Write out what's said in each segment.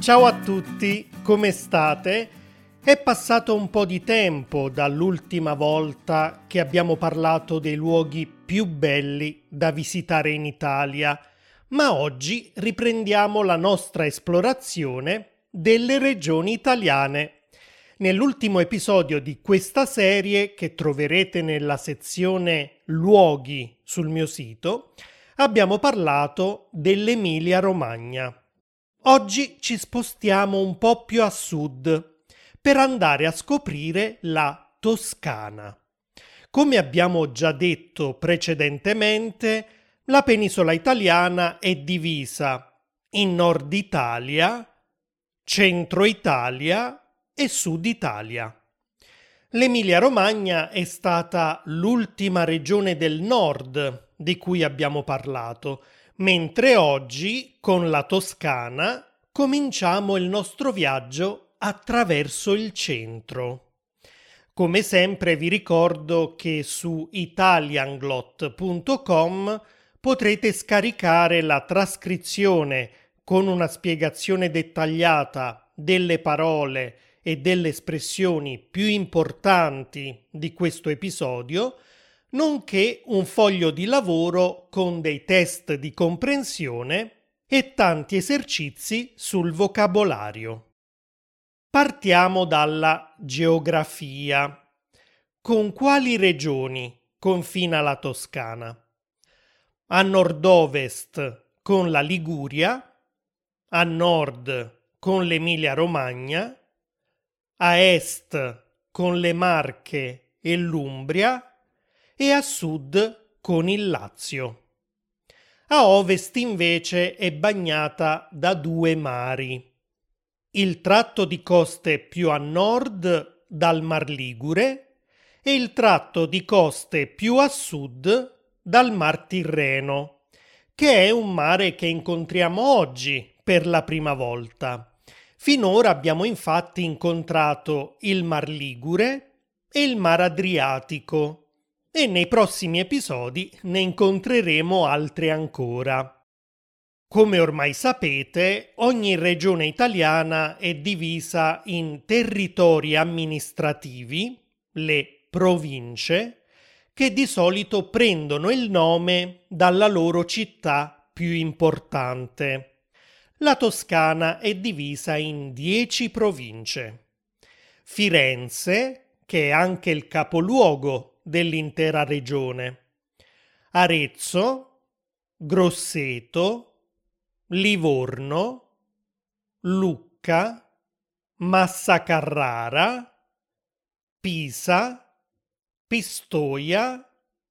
Ciao a tutti, come state? È passato un po' di tempo dall'ultima volta che abbiamo parlato dei luoghi più belli da visitare in Italia, ma oggi riprendiamo la nostra esplorazione delle regioni italiane. Nell'ultimo episodio di questa serie, che troverete nella sezione Luoghi sul mio sito, abbiamo parlato dell'Emilia-Romagna. Oggi ci spostiamo un po' più a sud per andare a scoprire la Toscana. Come abbiamo già detto precedentemente, la penisola italiana è divisa in Nord Italia, Centro Italia e Sud Italia. L'Emilia-Romagna è stata l'ultima regione del nord di cui abbiamo parlato, mentre oggi, con la Toscana, cominciamo il nostro viaggio attraverso il centro. Come sempre vi ricordo che su italianglot.com potrete scaricare la trascrizione con una spiegazione dettagliata delle parole e delle espressioni più importanti di questo episodio, nonché un foglio di lavoro con dei test di comprensione e tanti esercizi sul vocabolario. Partiamo dalla geografia. Con quali regioni confina la Toscana? A nord-ovest con la Liguria, a nord con l'Emilia-Romagna, a est con le Marche e l'Umbria e a sud con il Lazio. A ovest invece è bagnata da due mari. Il tratto di coste più a nord dal Mar Ligure e il tratto di coste più a sud dal Mar Tirreno, che è un mare che incontriamo oggi per la prima volta. Finora abbiamo infatti incontrato il Mar Ligure e il Mar Adriatico, e nei prossimi episodi ne incontreremo altri ancora. Come ormai sapete, ogni regione italiana è divisa in territori amministrativi, le province, che di solito prendono il nome dalla loro città più importante. La Toscana è divisa in 10 province. Firenze, che è anche il capoluogo dell'intera regione, Arezzo, Grosseto, Livorno, Lucca, Massa Carrara, Pisa, Pistoia,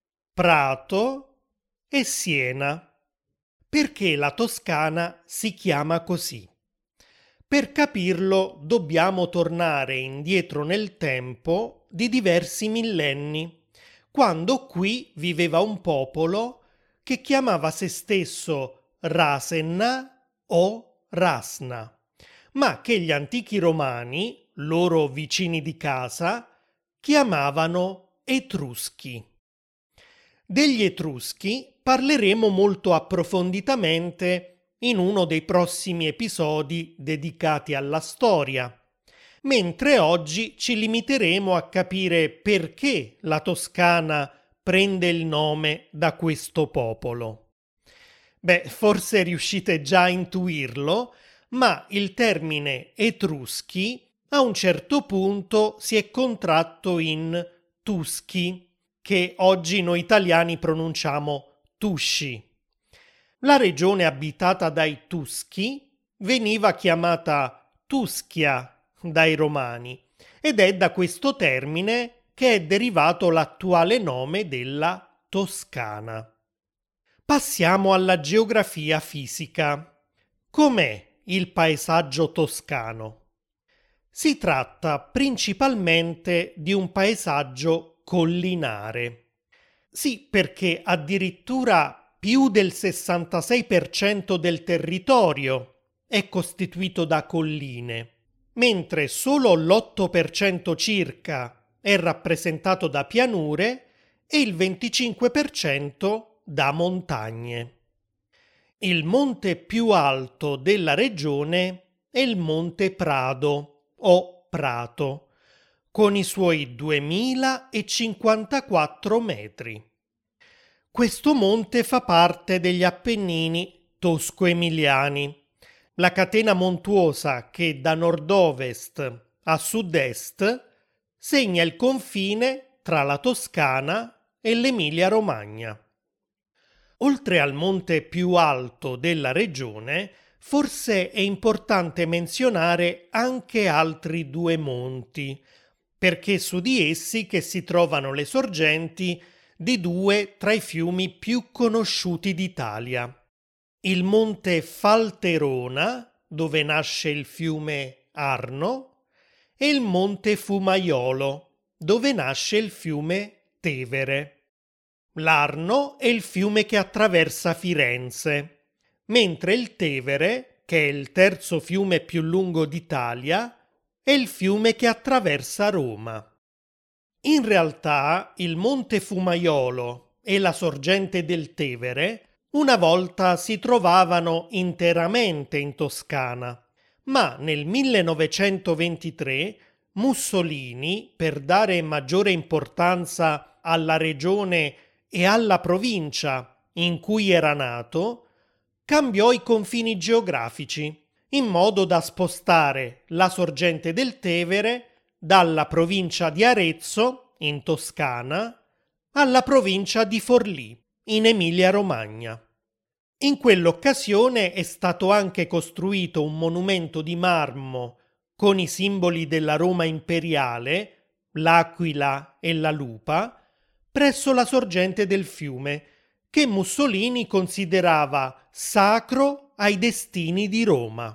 Prato e Siena. Perché la Toscana si chiama così? Per capirlo dobbiamo tornare indietro nel tempo di diversi millenni, quando qui viveva un popolo che chiamava se stesso Rasenna o Rasna, ma che gli antichi romani, loro vicini di casa, chiamavano Etruschi. Degli Etruschi parleremo molto approfonditamente in uno dei prossimi episodi dedicati alla storia, mentre oggi ci limiteremo a capire perché la Toscana prende il nome da questo popolo. Forse riuscite già a intuirlo, ma il termine Etruschi a un certo punto si è contratto in Tuschi, che oggi noi italiani pronunciamo Tusci. La regione abitata dai Tuschi veniva chiamata Tuschia dai Romani ed è da questo termine che è derivato l'attuale nome della Toscana. Passiamo alla geografia fisica. Com'è il paesaggio toscano? Si tratta principalmente di un paesaggio collinare. Sì, perché addirittura più del 66% del territorio è costituito da colline, mentre solo l'8% circa è rappresentato da pianure e il 25% da montagne. Il monte più alto della regione è il Monte Prado o Prato, con i suoi 2054 metri. Questo monte fa parte degli Appennini tosco-emiliani, la catena montuosa che da nord-ovest a sud-est segna il confine tra la Toscana e l'Emilia-Romagna. Oltre al monte più alto della regione, forse è importante menzionare anche altri due monti, perché su di essi che si trovano le sorgenti di due tra i fiumi più conosciuti d'Italia. Il monte Falterona, dove nasce il fiume Arno, e il monte Fumaiolo, dove nasce il fiume Tevere. L'Arno è il fiume che attraversa Firenze, mentre il Tevere, che è il terzo fiume più lungo d'Italia, è il fiume che attraversa Roma. In realtà il Monte Fumaiolo e la sorgente del Tevere una volta si trovavano interamente in Toscana, ma nel 1923 Mussolini, per dare maggiore importanza alla regione e alla provincia in cui era nato, cambiò i confini geografici in modo da spostare la sorgente del Tevere dalla provincia di Arezzo, in Toscana, alla provincia di Forlì, in Emilia-Romagna. In quell'occasione è stato anche costruito un monumento di marmo con i simboli della Roma imperiale, l'aquila e la lupa, presso la sorgente del fiume, che Mussolini considerava sacro ai destini di Roma.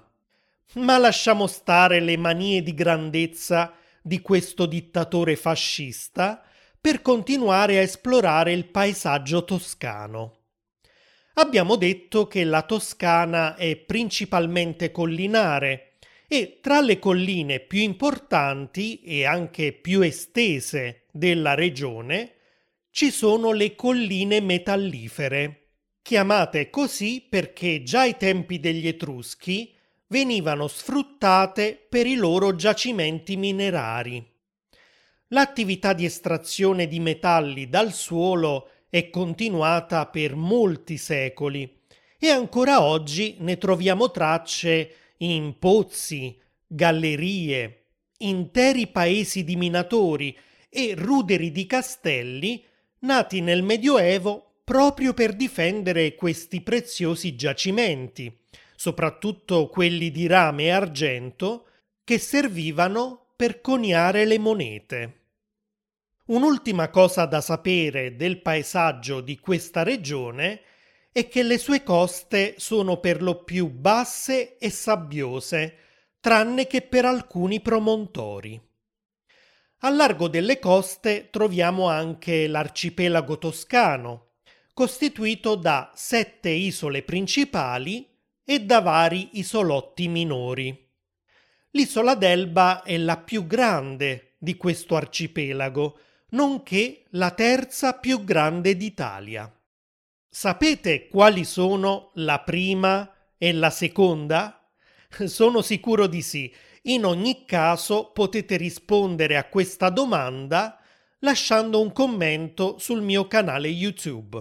Ma lasciamo stare le manie di grandezza di questo dittatore fascista per continuare a esplorare il paesaggio toscano. Abbiamo detto che la Toscana è principalmente collinare e tra le colline più importanti e anche più estese della regione ci sono le colline metallifere, chiamate così perché già ai tempi degli Etruschi venivano sfruttate per i loro giacimenti minerari. L'attività di estrazione di metalli dal suolo è continuata per molti secoli e ancora oggi ne troviamo tracce in pozzi, gallerie, interi paesi di minatori e ruderi di castelli nati nel Medioevo proprio per difendere questi preziosi giacimenti, soprattutto quelli di rame e argento, che servivano per coniare le monete. Un'ultima cosa da sapere del paesaggio di questa regione è che le sue coste sono per lo più basse e sabbiose, tranne che per alcuni promontori. Al largo delle coste troviamo anche l'arcipelago toscano, costituito da 7 isole principali e da vari isolotti minori. L'isola d'Elba è la più grande di questo arcipelago, nonché la terza più grande d'Italia. Sapete quali sono la prima e la seconda? Sono sicuro di sì. In ogni caso potete rispondere a questa domanda lasciando un commento sul mio canale YouTube.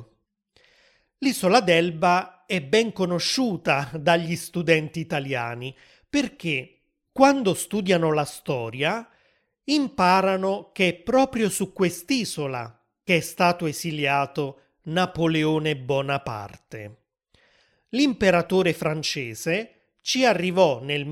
L'isola d'Elba è ben conosciuta dagli studenti italiani perché quando studiano la storia imparano che è proprio su quest'isola che è stato esiliato Napoleone Bonaparte. L'imperatore francese ci arrivò nel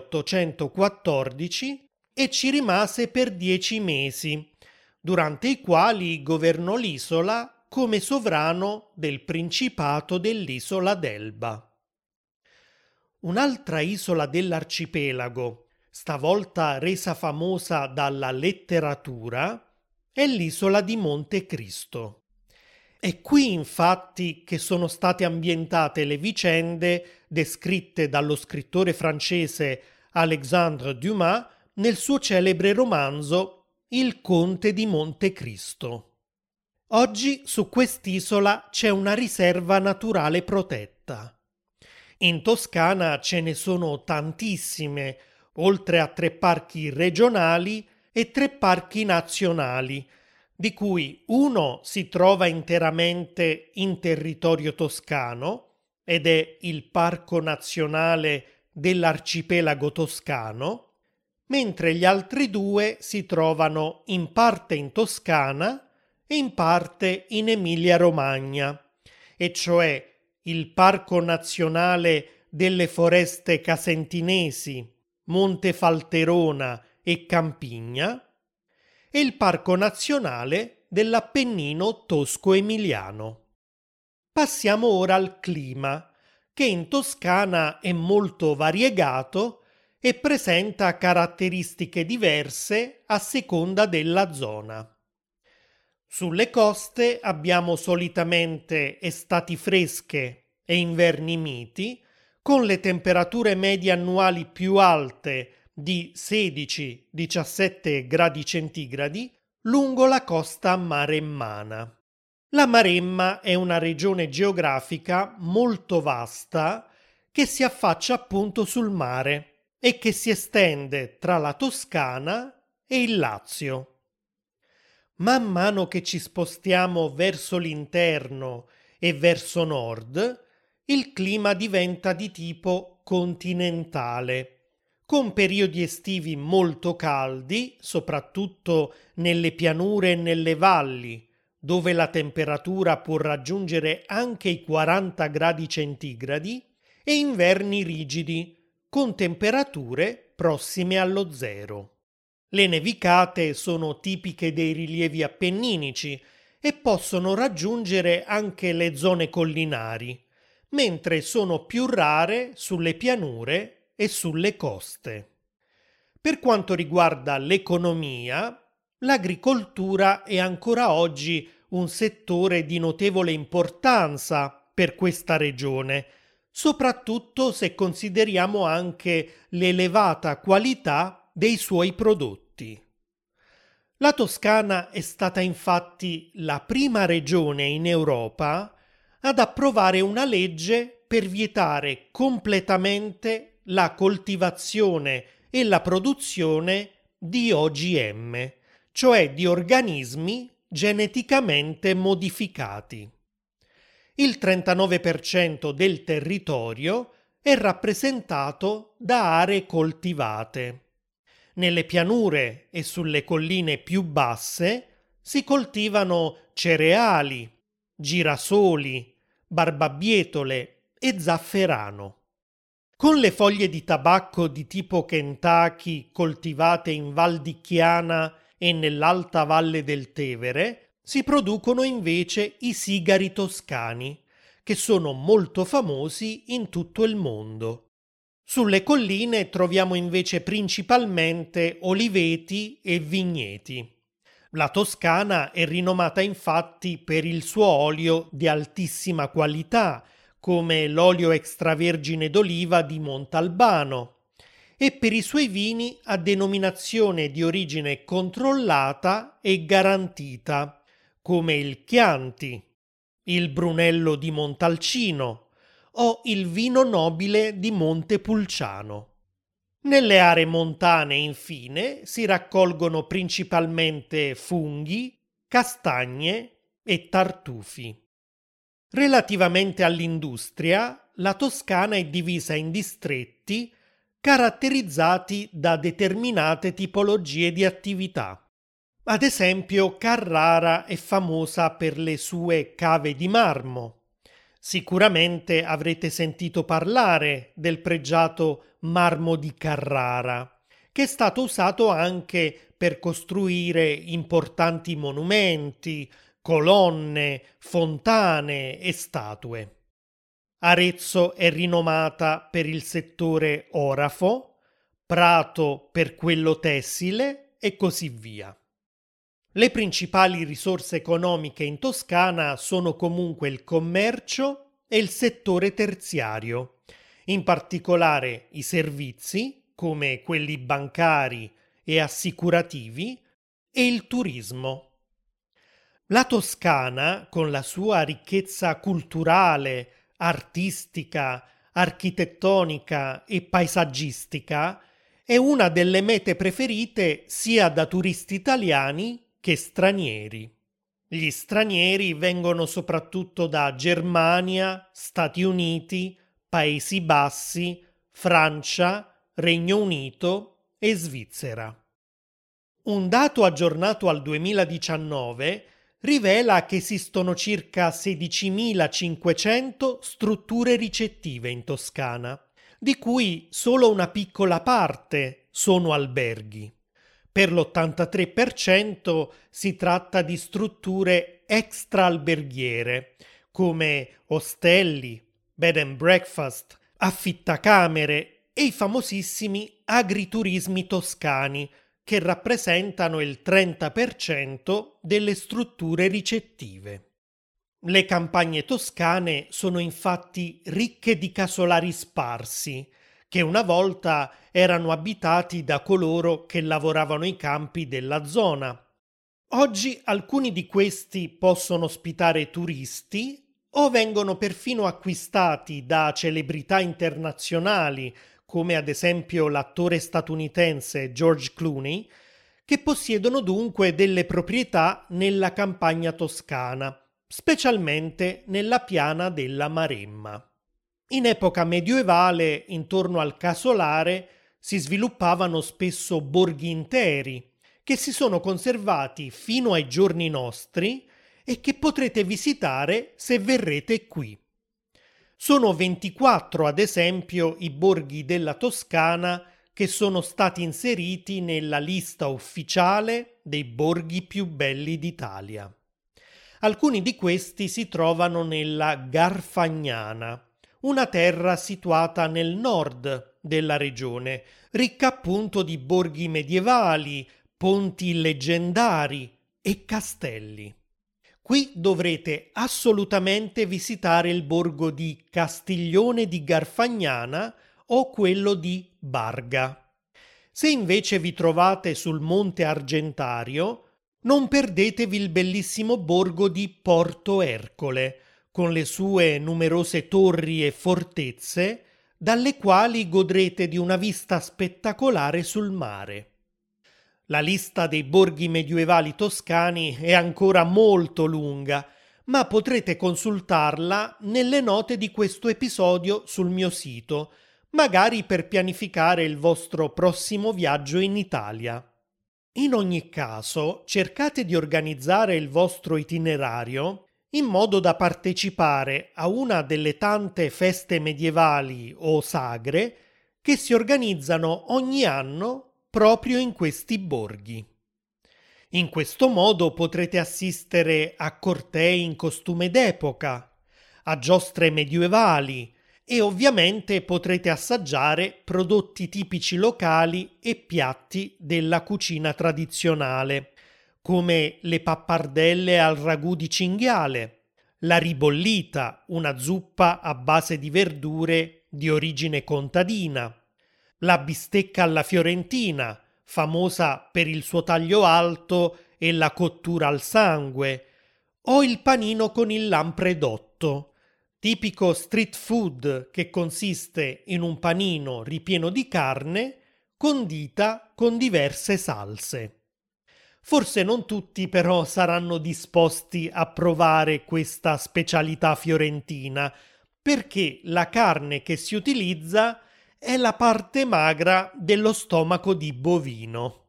1814 e ci rimase per 10 mesi, durante i quali governò l'isola come sovrano del Principato dell'isola d'Elba. Un'altra isola dell'arcipelago, stavolta resa famosa dalla letteratura, è l'isola di Monte Cristo. È qui infatti che sono state ambientate le vicende descritte dallo scrittore francese Alexandre Dumas nel suo celebre romanzo Il Conte di Monte Cristo. Oggi su quest'isola c'è una riserva naturale protetta. In Toscana ce ne sono tantissime, oltre a 3 parchi regionali e 3 parchi nazionali, di cui uno si trova interamente in territorio toscano ed è il Parco Nazionale dell'Arcipelago Toscano, mentre gli altri 2 si trovano in parte in Toscana e in parte in Emilia-Romagna, e cioè il Parco Nazionale delle Foreste Casentinesi, Montefalterona e Campigna, e il Parco Nazionale dell'Appennino Tosco-Emiliano. Passiamo ora al clima, che in Toscana è molto variegato e presenta caratteristiche diverse a seconda della zona. Sulle coste abbiamo solitamente estati fresche e inverni miti, con le temperature medie annuali più alte di 16-17 gradi centigradi lungo la costa maremmana. La Maremma è una regione geografica molto vasta che si affaccia appunto sul mare e che si estende tra la Toscana e il Lazio. Man mano che ci spostiamo verso l'interno e verso nord, il clima diventa di tipo continentale, con periodi estivi molto caldi, soprattutto nelle pianure e nelle valli, dove la temperatura può raggiungere anche i 40 gradi centigradi, e inverni rigidi, con temperature prossime allo zero. Le nevicate sono tipiche dei rilievi appenninici e possono raggiungere anche le zone collinari, mentre sono più rare sulle pianure e sulle coste. Per quanto riguarda l'economia, l'agricoltura è ancora oggi un settore di notevole importanza per questa regione, soprattutto se consideriamo anche l'elevata qualità dei suoi prodotti. La Toscana è stata infatti la prima regione in Europa ad approvare una legge per vietare completamente la coltivazione e la produzione di OGM, cioè di organismi geneticamente modificati. Il 39% del territorio è rappresentato da aree coltivate. Nelle pianure e sulle colline più basse si coltivano cereali, girasoli, barbabietole e zafferano. Con le foglie di tabacco di tipo Kentucky coltivate in Val di Chiana e nell'alta valle del Tevere si producono invece i sigari toscani, che sono molto famosi in tutto il mondo. Sulle colline troviamo invece principalmente oliveti e vigneti. La Toscana è rinomata infatti per il suo olio di altissima qualità, come l'olio extravergine d'oliva di Montalbano, e per i suoi vini a denominazione di origine controllata e garantita, come il Chianti, il Brunello di Montalcino o il vino nobile di Montepulciano. Nelle aree montane, infine, si raccolgono principalmente funghi, castagne e tartufi. Relativamente all'industria, la Toscana è divisa in distretti caratterizzati da determinate tipologie di attività. Ad esempio, Carrara è famosa per le sue cave di marmo. Sicuramente avrete sentito parlare del pregiato marmo di Carrara, che è stato usato anche per costruire importanti monumenti, colonne, fontane e statue. Arezzo è rinomata per il settore orafo, Prato per quello tessile e così via. Le principali risorse economiche in Toscana sono comunque il commercio e il settore terziario, in particolare i servizi, come quelli bancari e assicurativi, e il turismo. La Toscana, con la sua ricchezza culturale, artistica, architettonica e paesaggistica, è una delle mete preferite sia da turisti italiani che stranieri. Gli stranieri vengono soprattutto da Germania, Stati Uniti, Paesi Bassi, Francia, Regno Unito e Svizzera. Un dato aggiornato al 2019 rivela che esistono circa 16.500 strutture ricettive in Toscana, di cui solo una piccola parte sono alberghi. Per l'83% si tratta di strutture extraalberghiere, come ostelli, bed and breakfast, affittacamere e i famosissimi agriturismi toscani, che rappresentano il 30% delle strutture ricettive. Le campagne toscane sono infatti ricche di casolari sparsi, che una volta erano abitati da coloro che lavoravano i campi della zona. Oggi alcuni di questi possono ospitare turisti o vengono perfino acquistati da celebrità internazionali, come ad esempio l'attore statunitense George Clooney, che possiedono dunque delle proprietà nella campagna toscana, specialmente nella piana della Maremma. In epoca medievale, intorno al casolare, si sviluppavano spesso borghi interi, che si sono conservati fino ai giorni nostri e che potrete visitare se verrete qui. Sono 24, ad esempio, i borghi della Toscana che sono stati inseriti nella lista ufficiale dei borghi più belli d'Italia. Alcuni di questi si trovano nella Garfagnana, una terra situata nel nord della regione, ricca appunto di borghi medievali, ponti leggendari e castelli. Qui dovrete assolutamente visitare il borgo di Castiglione di Garfagnana o quello di Barga. Se invece vi trovate sul Monte Argentario, non perdetevi il bellissimo borgo di Porto Ercole, con le sue numerose torri e fortezze, dalle quali godrete di una vista spettacolare sul mare. La lista dei borghi medievali toscani è ancora molto lunga, ma potrete consultarla nelle note di questo episodio sul mio sito, magari per pianificare il vostro prossimo viaggio in Italia. In ogni caso, cercate di organizzare il vostro itinerario in modo da partecipare a una delle tante feste medievali o sagre che si organizzano ogni anno proprio in questi borghi. In questo modo potrete assistere a cortei in costume d'epoca, a giostre medievali e ovviamente potrete assaggiare prodotti tipici locali e piatti della cucina tradizionale, come le pappardelle al ragù di cinghiale, la ribollita, una zuppa a base di verdure di origine contadina, la bistecca alla fiorentina, famosa per il suo taglio alto e la cottura al sangue, o il panino con il lampredotto, tipico street food che consiste in un panino ripieno di carne condita con diverse salse. Forse non tutti però saranno disposti a provare questa specialità fiorentina, perché la carne che si utilizza è la parte magra dello stomaco di bovino.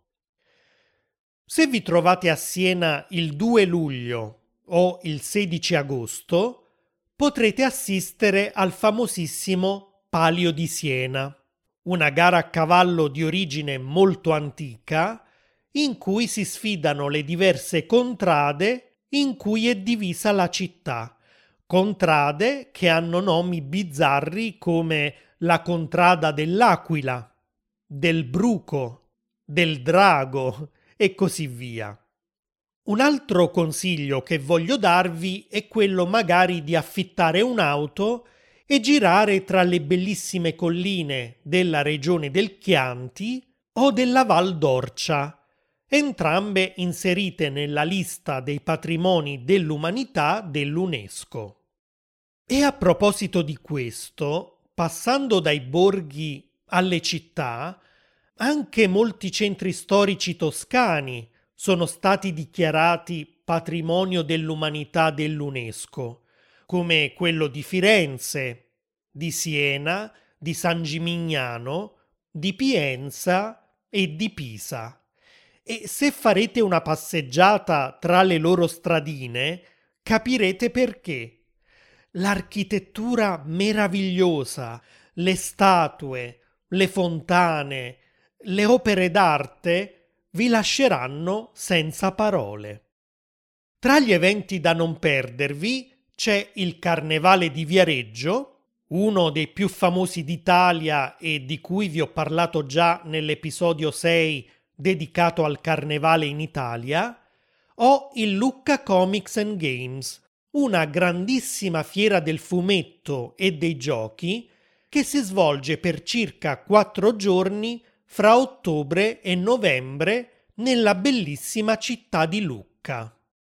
Se vi trovate a Siena il 2 luglio o il 16 agosto, potrete assistere al famosissimo Palio di Siena, una gara a cavallo di origine molto antica in cui si sfidano le diverse contrade in cui è divisa la città, contrade che hanno nomi bizzarri come la contrada dell'Aquila, del Bruco, del Drago e così via. Un altro consiglio che voglio darvi è quello magari di affittare un'auto e girare tra le bellissime colline della regione del Chianti o della Val d'Orcia, entrambe inserite nella lista dei patrimoni dell'umanità dell'UNESCO. E a proposito di questo, passando dai borghi alle città, anche molti centri storici toscani sono stati dichiarati patrimonio dell'umanità dell'UNESCO, come quello di Firenze, di Siena, di San Gimignano, di Pienza e di Pisa. E se farete una passeggiata tra le loro stradine, capirete perché. L'architettura meravigliosa, le statue, le fontane, le opere d'arte vi lasceranno senza parole. Tra gli eventi da non perdervi c'è il Carnevale di Viareggio, uno dei più famosi d'Italia e di cui vi ho parlato già nell'episodio 6 dedicato al Carnevale in Italia, o il Lucca Comics and Games, una grandissima fiera del fumetto e dei giochi che si svolge per circa 4 giorni fra ottobre e novembre nella bellissima città di Lucca.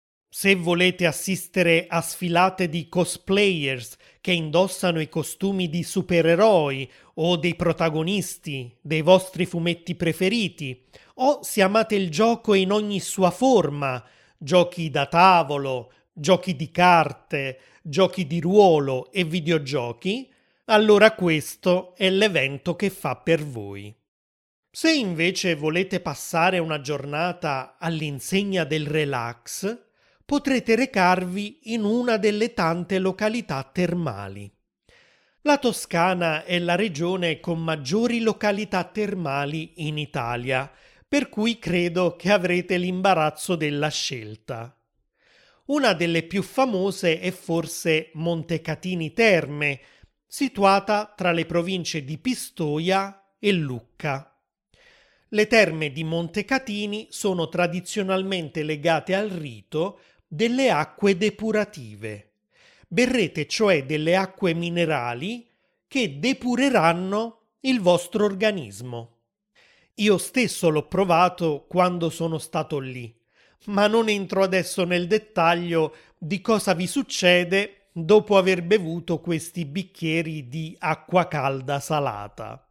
Se volete assistere a sfilate di cosplayers che indossano i costumi di supereroi o dei protagonisti dei vostri fumetti preferiti, o se amate il gioco in ogni sua forma, giochi da tavolo, giochi di carte, giochi di ruolo e videogiochi, allora questo è l'evento che fa per voi. Se invece volete passare una giornata all'insegna del relax, potrete recarvi in una delle tante località termali. La Toscana è la regione con maggiori località termali in Italia, per cui credo che avrete l'imbarazzo della scelta. Una delle più famose è forse Montecatini Terme, situata tra le province di Pistoia e Lucca. Le terme di Montecatini sono tradizionalmente legate al rito delle acque depurative. Berrete cioè delle acque minerali che depureranno il vostro organismo. Io stesso l'ho provato quando sono stato lì, ma non entro adesso nel dettaglio di cosa vi succede dopo aver bevuto questi bicchieri di acqua calda salata.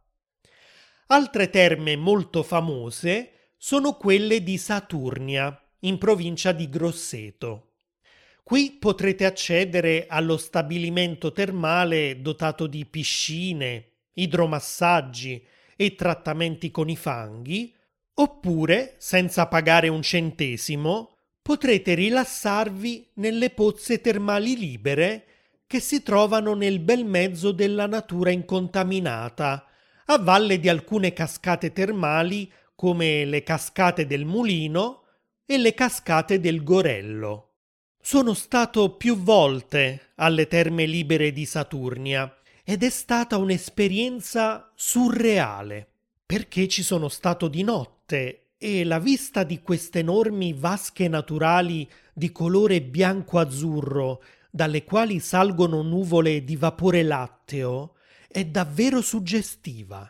Altre terme molto famose sono quelle di Saturnia, in provincia di Grosseto. Qui potrete accedere allo stabilimento termale dotato di piscine, idromassaggi e trattamenti con i fanghi, oppure, senza pagare un centesimo, potrete rilassarvi nelle pozze termali libere che si trovano nel bel mezzo della natura incontaminata, a valle di alcune cascate termali come le cascate del Mulino e le cascate del Gorello. Sono stato più volte alle terme libere di Saturnia ed è stata un'esperienza surreale, perché ci sono stato di notte e la vista di queste enormi vasche naturali di colore bianco-azzurro, dalle quali salgono nuvole di vapore latteo, è davvero suggestiva.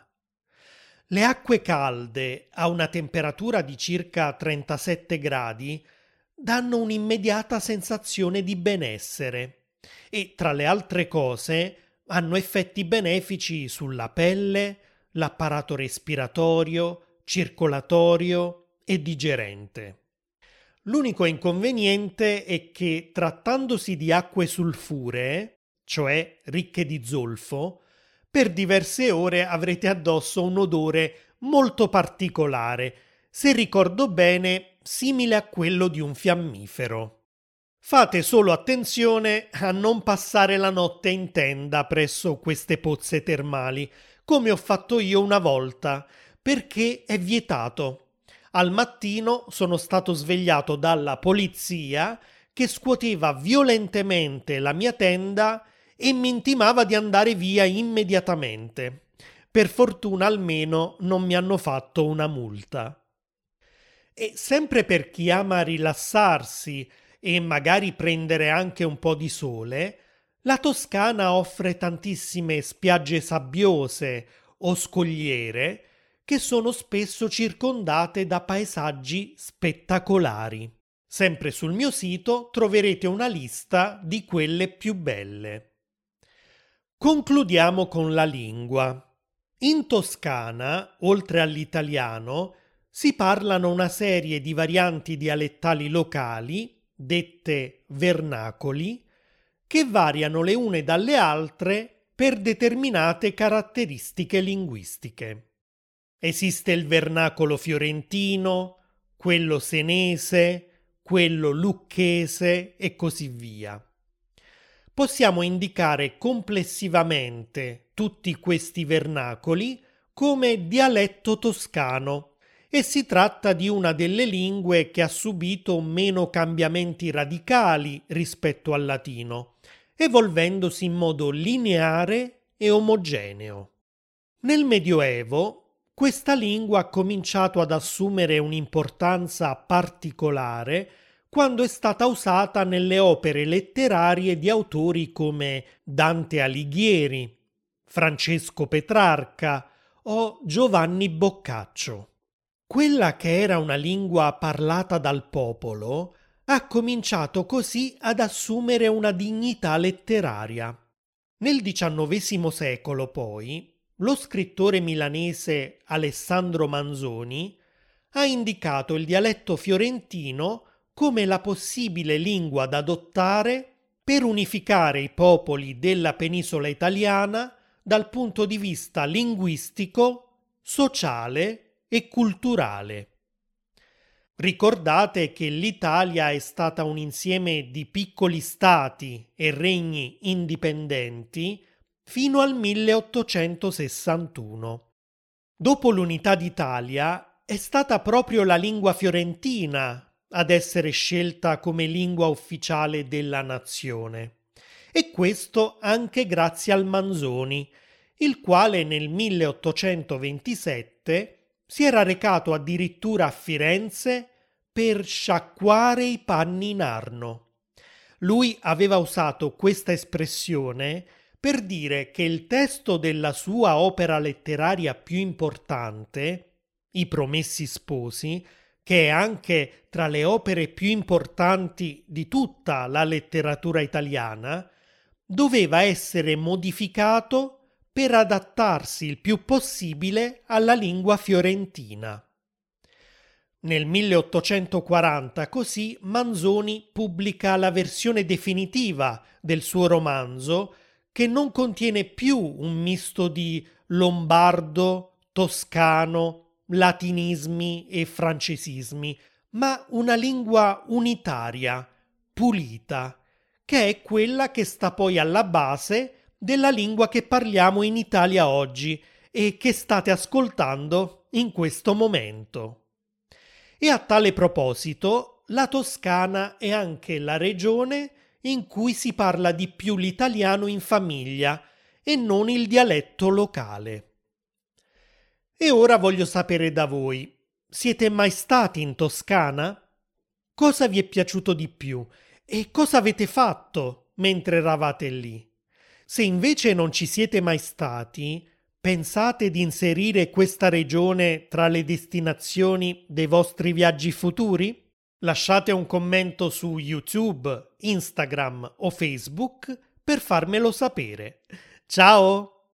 Le acque calde, a una temperatura di circa 37 gradi, danno un'immediata sensazione di benessere e, tra le altre cose, hanno effetti benefici sulla pelle, l'apparato respiratorio, circolatorio e digerente. L'unico inconveniente è che, trattandosi di acque sulfuree, cioè ricche di zolfo, per diverse ore avrete addosso un odore molto particolare, se ricordo bene simile a quello di un fiammifero. Fate solo attenzione a non passare la notte in tenda presso queste pozze termali, come ho fatto io una volta, perché è vietato. Al mattino sono stato svegliato dalla polizia che scuoteva violentemente la mia tenda e mi intimava di andare via immediatamente. Per fortuna almeno non mi hanno fatto una multa. E sempre per chi ama rilassarsi e magari prendere anche un po' di sole, la Toscana offre tantissime spiagge sabbiose o scogliere che sono spesso circondate da paesaggi spettacolari. Sempre sul mio sito troverete una lista di quelle più belle. Concludiamo con la lingua. In Toscana, oltre all'italiano, si parlano una serie di varianti dialettali locali, dette vernacoli, che variano le une dalle altre per determinate caratteristiche linguistiche. Esiste il vernacolo fiorentino, quello senese, quello lucchese e così via. Possiamo indicare complessivamente tutti questi vernacoli come dialetto toscano e si tratta di una delle lingue che ha subito meno cambiamenti radicali rispetto al latino, evolvendosi in modo lineare e omogeneo. Nel Medioevo questa lingua ha cominciato ad assumere un'importanza particolare quando è stata usata nelle opere letterarie di autori come Dante Alighieri, Francesco Petrarca o Giovanni Boccaccio. Quella che era una lingua parlata dal popolo ha cominciato così ad assumere una dignità letteraria. Nel XIX secolo, poi, lo scrittore milanese Alessandro Manzoni ha indicato il dialetto fiorentino come la possibile lingua da adottare per unificare i popoli della penisola italiana dal punto di vista linguistico, sociale e culturale. Ricordate che l'Italia è stata un insieme di piccoli stati e regni indipendenti fino al 1861. Dopo l'unità d'Italia è stata proprio la lingua fiorentina ad essere scelta come lingua ufficiale della nazione. E questo anche grazie al Manzoni, il quale nel 1827 si era recato addirittura a Firenze per sciacquare i panni in Arno. Lui aveva usato questa espressione per dire che il testo della sua opera letteraria più importante, I Promessi Sposi, che è anche tra le opere più importanti di tutta la letteratura italiana, doveva essere modificato per adattarsi il più possibile alla lingua fiorentina. Nel 1840 così Manzoni pubblica la versione definitiva del suo romanzo, che non contiene più un misto di lombardo, toscano, latinismi e francesismi, ma una lingua unitaria, pulita, che è quella che sta poi alla base della lingua che parliamo in Italia oggi e che state ascoltando in questo momento. E a tale proposito, la Toscana è anche la regione in cui si parla di più l'italiano in famiglia e non il dialetto locale. E ora voglio sapere da voi: siete mai stati in Toscana? Cosa vi è piaciuto di più e cosa avete fatto mentre eravate lì? Se invece non ci siete mai stati, pensate di inserire questa regione tra le destinazioni dei vostri viaggi futuri? Lasciate un commento su YouTube, Instagram o Facebook per farmelo sapere. Ciao!